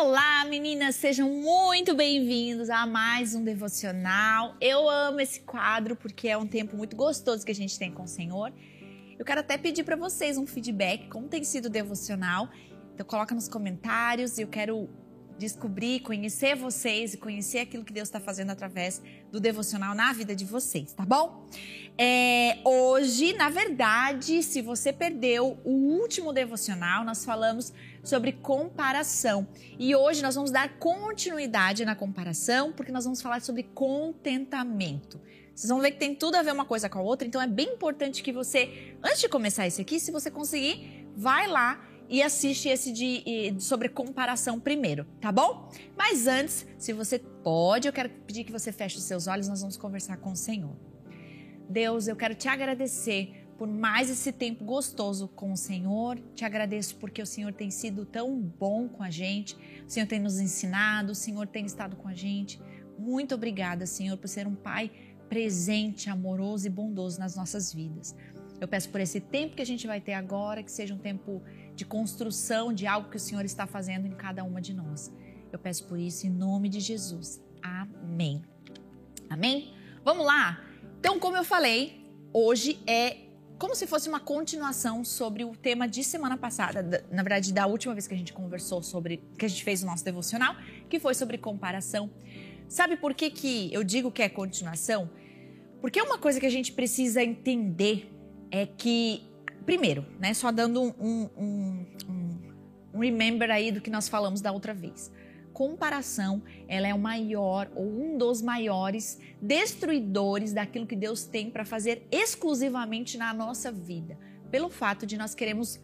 Olá, meninas! Sejam muito bem-vindos a mais um devocional. Eu amo esse quadro porque é um tempo muito gostoso que a gente tem com o Senhor. Eu quero até pedir para vocês um feedback, como tem sido o devocional. Então coloca nos comentários e eu quero descobrir, conhecer vocês e conhecer aquilo que Deus está fazendo através do devocional na vida de vocês, tá bom? Hoje, na verdade, se você perdeu o último devocional, nós falamos sobre comparação. E hoje nós vamos dar continuidade na comparação, porque nós vamos falar sobre contentamento. Vocês vão ver que tem tudo a ver uma coisa com a outra, então é bem importante que você, antes de começar esse aqui, se você conseguir, vai lá e assiste esse sobre comparação primeiro, tá bom? Mas antes, se você pode, eu quero pedir que você feche os seus olhos, nós vamos conversar com o Senhor. Deus, eu quero te agradecer por mais esse tempo gostoso com o Senhor. Te agradeço porque o Senhor tem sido tão bom com a gente, o Senhor tem nos ensinado, o Senhor tem estado com a gente. Muito obrigada, Senhor, por ser um Pai presente, amoroso e bondoso nas nossas vidas. Eu peço por esse tempo que a gente vai ter agora, que seja um tempo de construção de algo que o Senhor está fazendo em cada uma de nós. Eu peço por isso em nome de Jesus. Amém. Amém? Vamos lá? Então, como eu falei, hoje é como se fosse uma continuação sobre o tema de semana passada, na verdade, da última vez que a gente conversou sobre, que a gente fez o nosso devocional, que foi sobre comparação. Sabe por que eu digo que é continuação? Porque uma coisa que a gente precisa entender é que, primeiro, né, só dando um remember aí do que nós falamos da outra vez. Comparação, ela é o maior ou um dos maiores destruidores daquilo que Deus tem para fazer exclusivamente na nossa vida. Pelo fato de nós queremos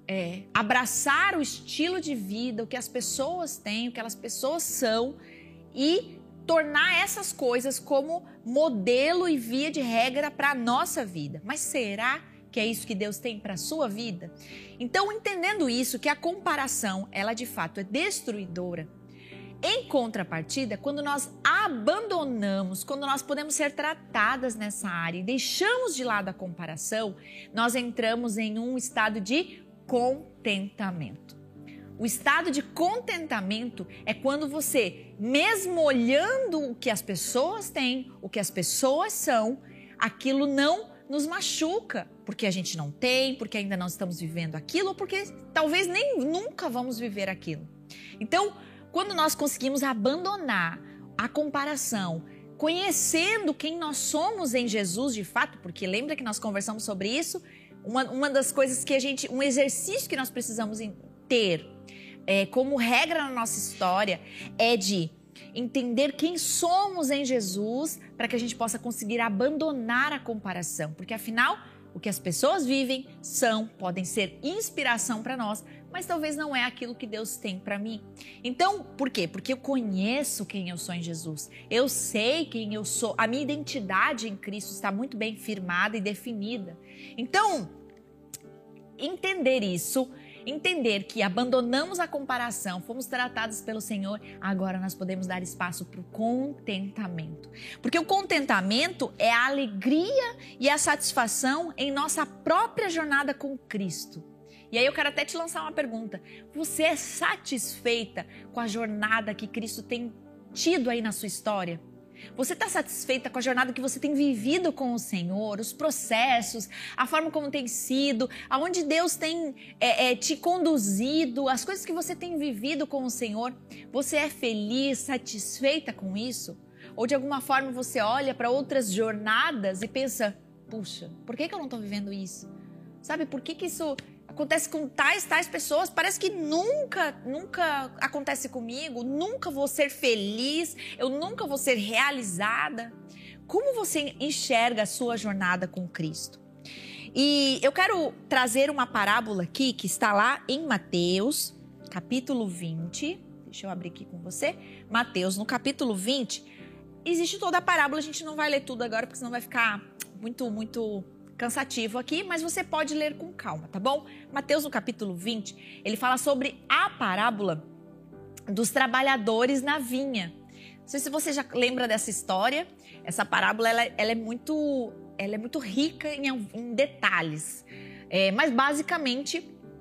abraçar o estilo de vida, o que as pessoas têm, o que as pessoas são e tornar essas coisas como modelo e via de regra para a nossa vida. Mas será que é isso que Deus tem para a sua vida? Então, entendendo isso, que a comparação, ela de fato é destruidora, em contrapartida, quando nós abandonamos, quando nós podemos ser tratadas nessa área e deixamos de lado a comparação, nós entramos em um estado de contentamento. O estado de contentamento é quando você, mesmo olhando o que as pessoas têm, o que as pessoas são, aquilo não nos machuca, porque a gente não tem, porque ainda não estamos vivendo aquilo, ou porque talvez nem nunca vamos viver aquilo. Então, quando nós conseguimos abandonar a comparação, conhecendo quem nós somos em Jesus de fato, porque lembra que nós conversamos sobre isso? Uma das coisas que um exercício que nós precisamos ter como regra na nossa história é de entender quem somos em Jesus para que a gente possa conseguir abandonar a comparação, porque afinal o que as pessoas vivem podem ser inspiração para nós, mas talvez não é aquilo que Deus tem para mim. Então, por quê? Porque eu conheço quem eu sou em Jesus. Eu sei quem eu sou. A minha identidade em Cristo está muito bem firmada e definida. Então, entender isso, entender que abandonamos a comparação, fomos tratados pelo Senhor, agora nós podemos dar espaço para o contentamento. Porque o contentamento é a alegria e a satisfação em nossa própria jornada com Cristo. E aí eu quero até te lançar uma pergunta. Você é satisfeita com a jornada que Cristo tem tido aí na sua história? Você está satisfeita com a jornada que você tem vivido com o Senhor, os processos, a forma como tem sido, aonde Deus tem te conduzido, as coisas que você tem vivido com o Senhor? Você é feliz, satisfeita com isso? Ou de alguma forma você olha para outras jornadas e pensa, puxa, por que eu não estou vivendo isso? Sabe, por que isso acontece com tais pessoas? Parece que nunca acontece comigo, nunca vou ser feliz, eu nunca vou ser realizada. Como você enxerga a sua jornada com Cristo? E eu quero trazer uma parábola aqui que está lá em Mateus, capítulo 20. Deixa eu abrir aqui com você. Mateus, no capítulo 20, existe toda a parábola, a gente não vai ler tudo agora, porque senão vai ficar muito cansativo aqui, mas você pode ler com calma, tá bom? Mateus, no capítulo 20, ele fala sobre a parábola dos trabalhadores na vinha. Não sei se você já lembra dessa história. Essa parábola ela é muito rica em detalhes. Mas basicamente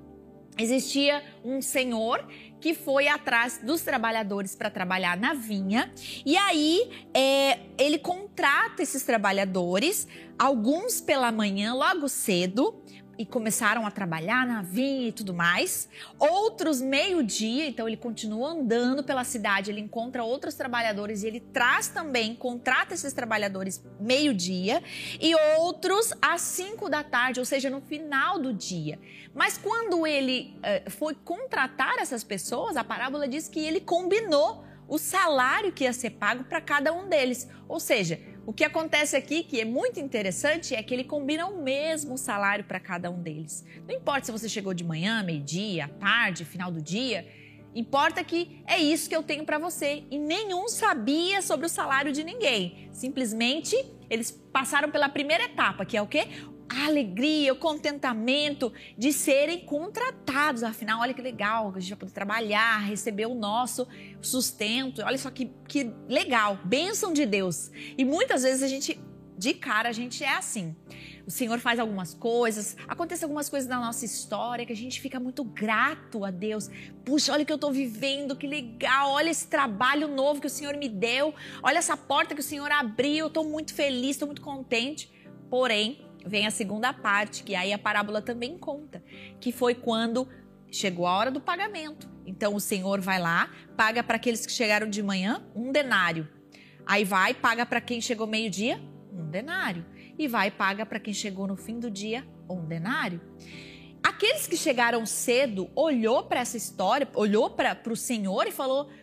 existia um senhor que foi atrás dos trabalhadores para trabalhar na vinha. E aí ele contrata esses trabalhadores, alguns pela manhã, logo cedo, e começaram a trabalhar na vinha e tudo mais. Outros meio-dia, então ele continua andando pela cidade, ele encontra outros trabalhadores e ele traz também, contrata esses trabalhadores meio-dia, e outros às 5 da tarde, ou seja, no final do dia. Mas quando ele foi contratar essas pessoas, a parábola diz que ele combinou o salário que ia ser pago para cada um deles. Ou seja, o que acontece aqui, que é muito interessante, é que ele combina o mesmo salário para cada um deles. Não importa se você chegou de manhã, meio-dia, à tarde, final do dia, importa que é isso que eu tenho para você. E nenhum sabia sobre o salário de ninguém. Simplesmente, eles passaram pela primeira etapa, que é o quê? A alegria, o contentamento de serem contratados. Afinal, olha que legal, a gente vai poder trabalhar, receber o nosso sustento. Olha só que legal, bênção de Deus. E muitas vezes de cara, a gente é assim. O Senhor faz algumas coisas, acontecem algumas coisas na nossa história que a gente fica muito grato a Deus. Puxa, olha o que eu estou vivendo, que legal, olha esse trabalho novo que o Senhor me deu, olha essa porta que o Senhor abriu, eu estou muito feliz, estou muito contente. Porém, vem a segunda parte, que aí a parábola também conta, que foi quando chegou a hora do pagamento. Então o Senhor vai lá, paga para aqueles que chegaram de manhã 1 denário. Aí vai, paga para quem chegou meio-dia 1 denário. E vai e paga para quem chegou no fim do dia 1 denário. Aqueles que chegaram cedo olhou para essa história, olhou para o Senhor e falou: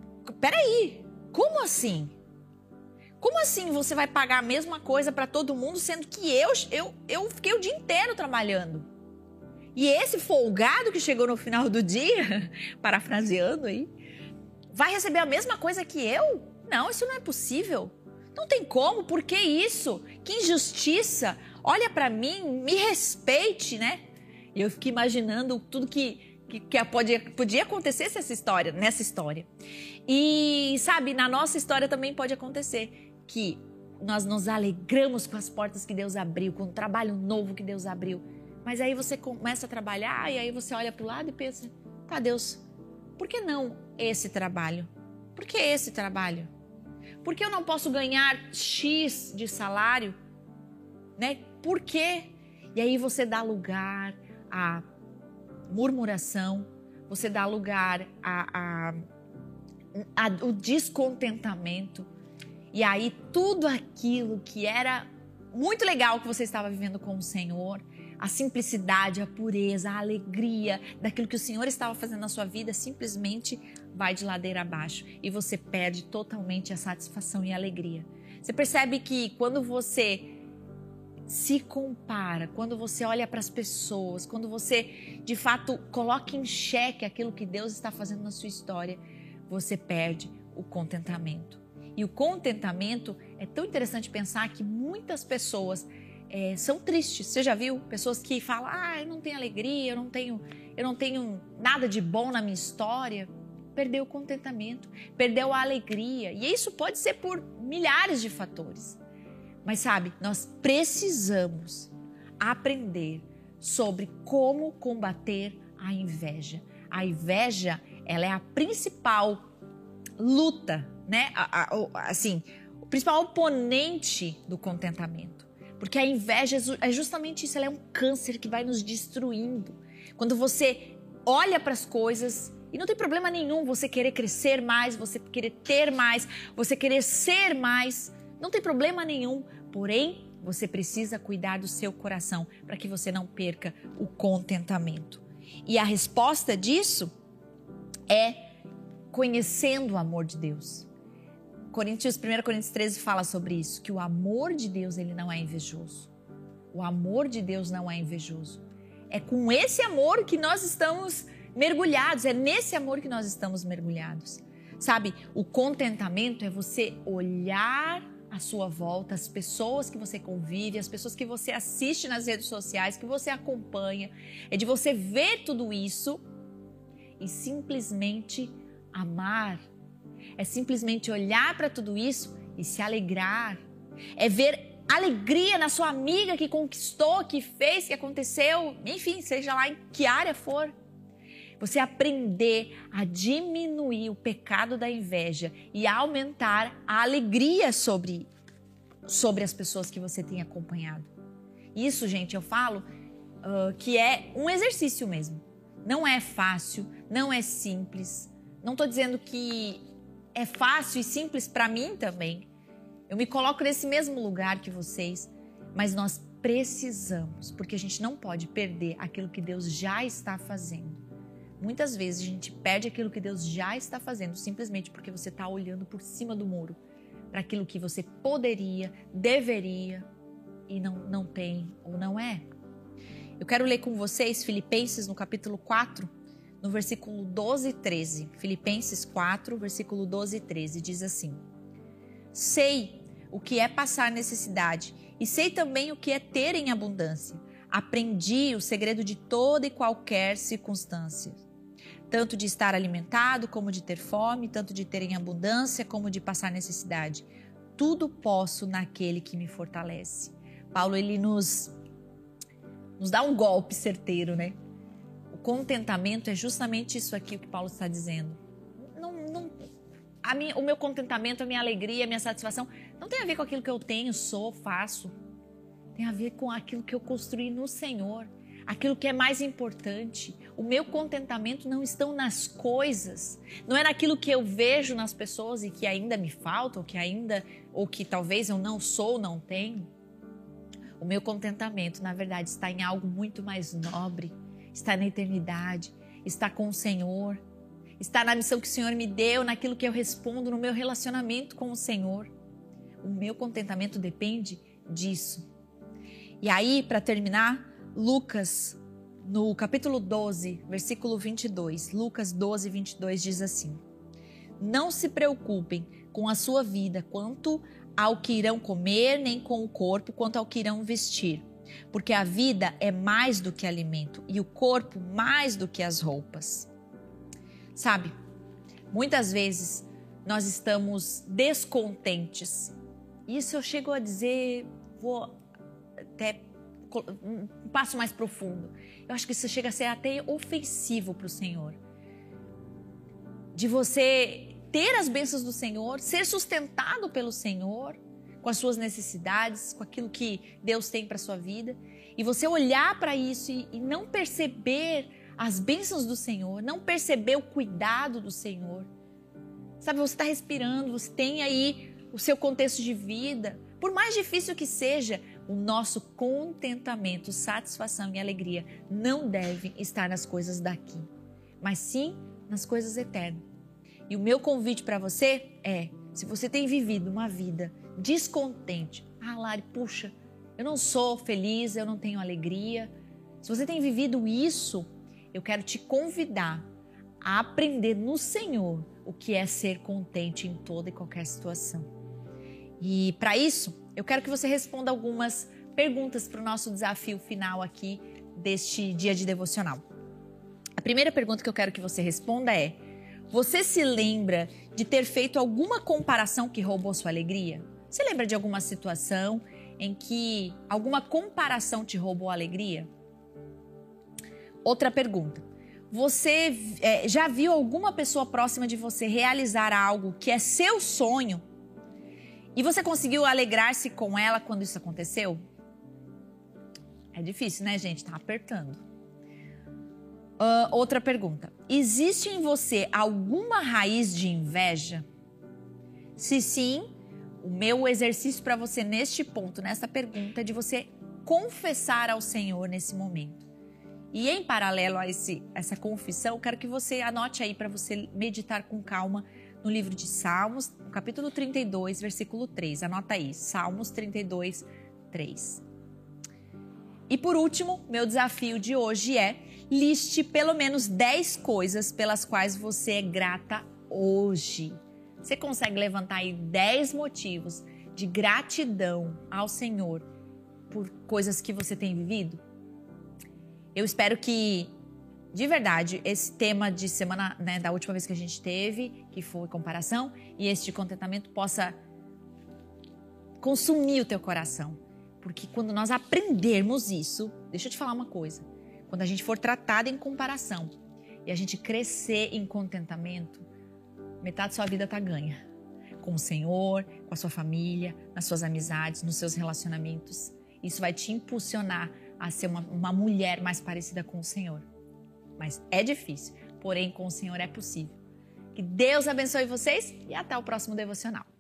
peraí, como assim? Como assim você vai pagar a mesma coisa para todo mundo, sendo que eu fiquei o dia inteiro trabalhando? E esse folgado que chegou no final do dia, parafraseando aí, vai receber a mesma coisa que eu? Não, isso não é possível. Não tem como, por que isso? Que injustiça! Olha para mim, me respeite, né? E eu fiquei imaginando tudo que podia acontecer nessa história. E, sabe, na nossa história também pode acontecer que nós nos alegramos com as portas que Deus abriu, com o trabalho novo que Deus abriu. Mas aí você começa a trabalhar e aí você olha para o lado e pensa: tá, Deus, por que não esse trabalho? Por que esse trabalho? Por que eu não posso ganhar X de salário? Né? Por quê? E aí você dá lugar à murmuração, você dá lugar ao descontentamento. E aí tudo aquilo que era muito legal que você estava vivendo com o Senhor, a simplicidade, a pureza, a alegria daquilo que o Senhor estava fazendo na sua vida, simplesmente vai de ladeira abaixo e você perde totalmente a satisfação e a alegria. Você percebe que quando você se compara, quando você olha para as pessoas, quando você de fato coloca em xeque aquilo que Deus está fazendo na sua história, você perde o contentamento. E o contentamento, é tão interessante pensar que muitas pessoas são tristes. Você já viu pessoas que falam: eu não tenho alegria, eu não tenho nada de bom na minha história. Perdeu o contentamento, perdeu a alegria. E isso pode ser por milhares de fatores. Mas sabe, nós precisamos aprender sobre como combater a inveja. A inveja, ela é a principal luta, né? Assim, o principal oponente do contentamento. Porque a inveja é justamente isso, ela é um câncer que vai nos destruindo. Quando você olha para as coisas, e não tem problema nenhum você querer crescer mais, você querer ter mais, você querer ser mais, não tem problema nenhum. Porém, você precisa cuidar do seu coração para que você não perca o contentamento. E a resposta disso é conhecendo o amor de Deus. 1 Coríntios 13 fala sobre isso, que o amor de Deus, ele não é invejoso. O amor de Deus não é invejoso. É com esse amor que nós estamos mergulhados, é nesse amor que nós estamos mergulhados. Sabe, o contentamento é você olhar à sua volta, as pessoas que você convive, as pessoas que você assiste nas redes sociais, que você acompanha, é de você ver tudo isso e simplesmente amar. É simplesmente olhar para tudo isso e se alegrar. É ver alegria na sua amiga que conquistou, que fez, que aconteceu, enfim, seja lá em que área for. Você aprender a diminuir o pecado da inveja e a aumentar a alegria sobre as pessoas que você tem acompanhado. Isso, gente, eu falo que é um exercício mesmo. Não é fácil, não é simples. Não estou dizendo que é fácil e simples para mim também. Eu me coloco nesse mesmo lugar que vocês, mas nós precisamos, porque a gente não pode perder aquilo que Deus já está fazendo. Muitas vezes a gente perde aquilo que Deus já está fazendo simplesmente porque você está olhando por cima do muro para aquilo que você poderia, deveria e não tem ou não é. Eu quero ler com vocês Filipenses no capítulo 4, no versículo 12 e 13. Filipenses 4, versículo 12 e 13 diz assim: Sei o que é passar necessidade e sei também o que é ter em abundância. Aprendi o segredo de toda e qualquer circunstância, tanto de estar alimentado como de ter fome, tanto de ter em abundância como de passar necessidade. Tudo posso naquele que me fortalece. Paulo, ele nos dá um golpe certeiro, né? O contentamento é justamente isso aqui que Paulo está dizendo. O meu contentamento, a minha alegria, a minha satisfação não tem a ver com aquilo que eu tenho, sou, faço. Tem a ver com aquilo que eu construí no Senhor. Aquilo que é mais importante. O meu contentamento não está nas coisas. Não é naquilo que eu vejo nas pessoas e que ainda me falta, ou que talvez eu não sou, não tenho. O meu contentamento, na verdade, está em algo muito mais nobre. Está na eternidade, está com o Senhor. Está na missão que o Senhor me deu, naquilo que eu respondo, no meu relacionamento com o Senhor. O meu contentamento depende disso. E aí, para terminar, Lucas, no capítulo 12, versículo 22, Lucas 12, 22 diz assim: Não se preocupem com a sua vida quanto ao que irão comer, nem com o corpo quanto ao que irão vestir. Porque a vida é mais do que alimento e o corpo mais do que as roupas. Sabe, muitas vezes nós estamos descontentes. Isso eu chego a dizer, vou até um passo mais profundo. Eu acho que isso chega a ser até ofensivo para o Senhor. De você ter as bênçãos do Senhor, ser sustentado pelo Senhor, com as suas necessidades, com aquilo que Deus tem para a sua vida, e você olhar para isso e não perceber as bênçãos do Senhor, não perceber o cuidado do Senhor. Sabe, você está respirando, você tem aí o seu contexto de vida. Por mais difícil que seja, o nosso contentamento, satisfação e alegria não devem estar nas coisas daqui, mas sim nas coisas eternas. E o meu convite para você é, se você tem vivido uma vida descontente, Lari, puxa, eu não sou feliz, eu não tenho alegria. Se você tem vivido isso, eu quero te convidar a aprender no Senhor o que é ser contente em toda e qualquer situação. E para isso, eu quero que você responda algumas perguntas para o nosso desafio final aqui deste dia de devocional. A primeira pergunta que eu quero que você responda é: você se lembra de ter feito alguma comparação que roubou sua alegria? Você lembra de alguma situação em que alguma comparação te roubou a alegria? Outra pergunta: você já viu alguma pessoa próxima de você realizar algo que é seu sonho e você conseguiu alegrar-se com ela quando isso aconteceu? É difícil, né, gente? Tá apertando. Outra pergunta: existe em você alguma raiz de inveja? Se sim, o meu exercício para você neste ponto, nessa pergunta, é de você confessar ao Senhor nesse momento. E em paralelo a essa confissão, eu quero que você anote aí para você meditar com calma no livro de Salmos, no capítulo 32, versículo 3. Anota aí, Salmos 32, 3. E por último, meu desafio de hoje é: liste pelo menos 10 coisas pelas quais você é grata hoje. Você consegue levantar aí 10 motivos de gratidão ao Senhor por coisas que você tem vivido? Eu espero que, de verdade, esse tema de semana, né, da última vez que a gente teve, que foi comparação, e esse de contentamento possa consumir o teu coração. Porque quando nós aprendermos isso, deixa eu te falar uma coisa, quando a gente for tratado em comparação e a gente crescer em contentamento, metade da sua vida tá ganha. Com o Senhor, com a sua família, nas suas amizades, nos seus relacionamentos. Isso vai te impulsionar a ser uma mulher mais parecida com o Senhor. Mas é difícil, porém com o Senhor é possível. Que Deus abençoe vocês e até o próximo devocional.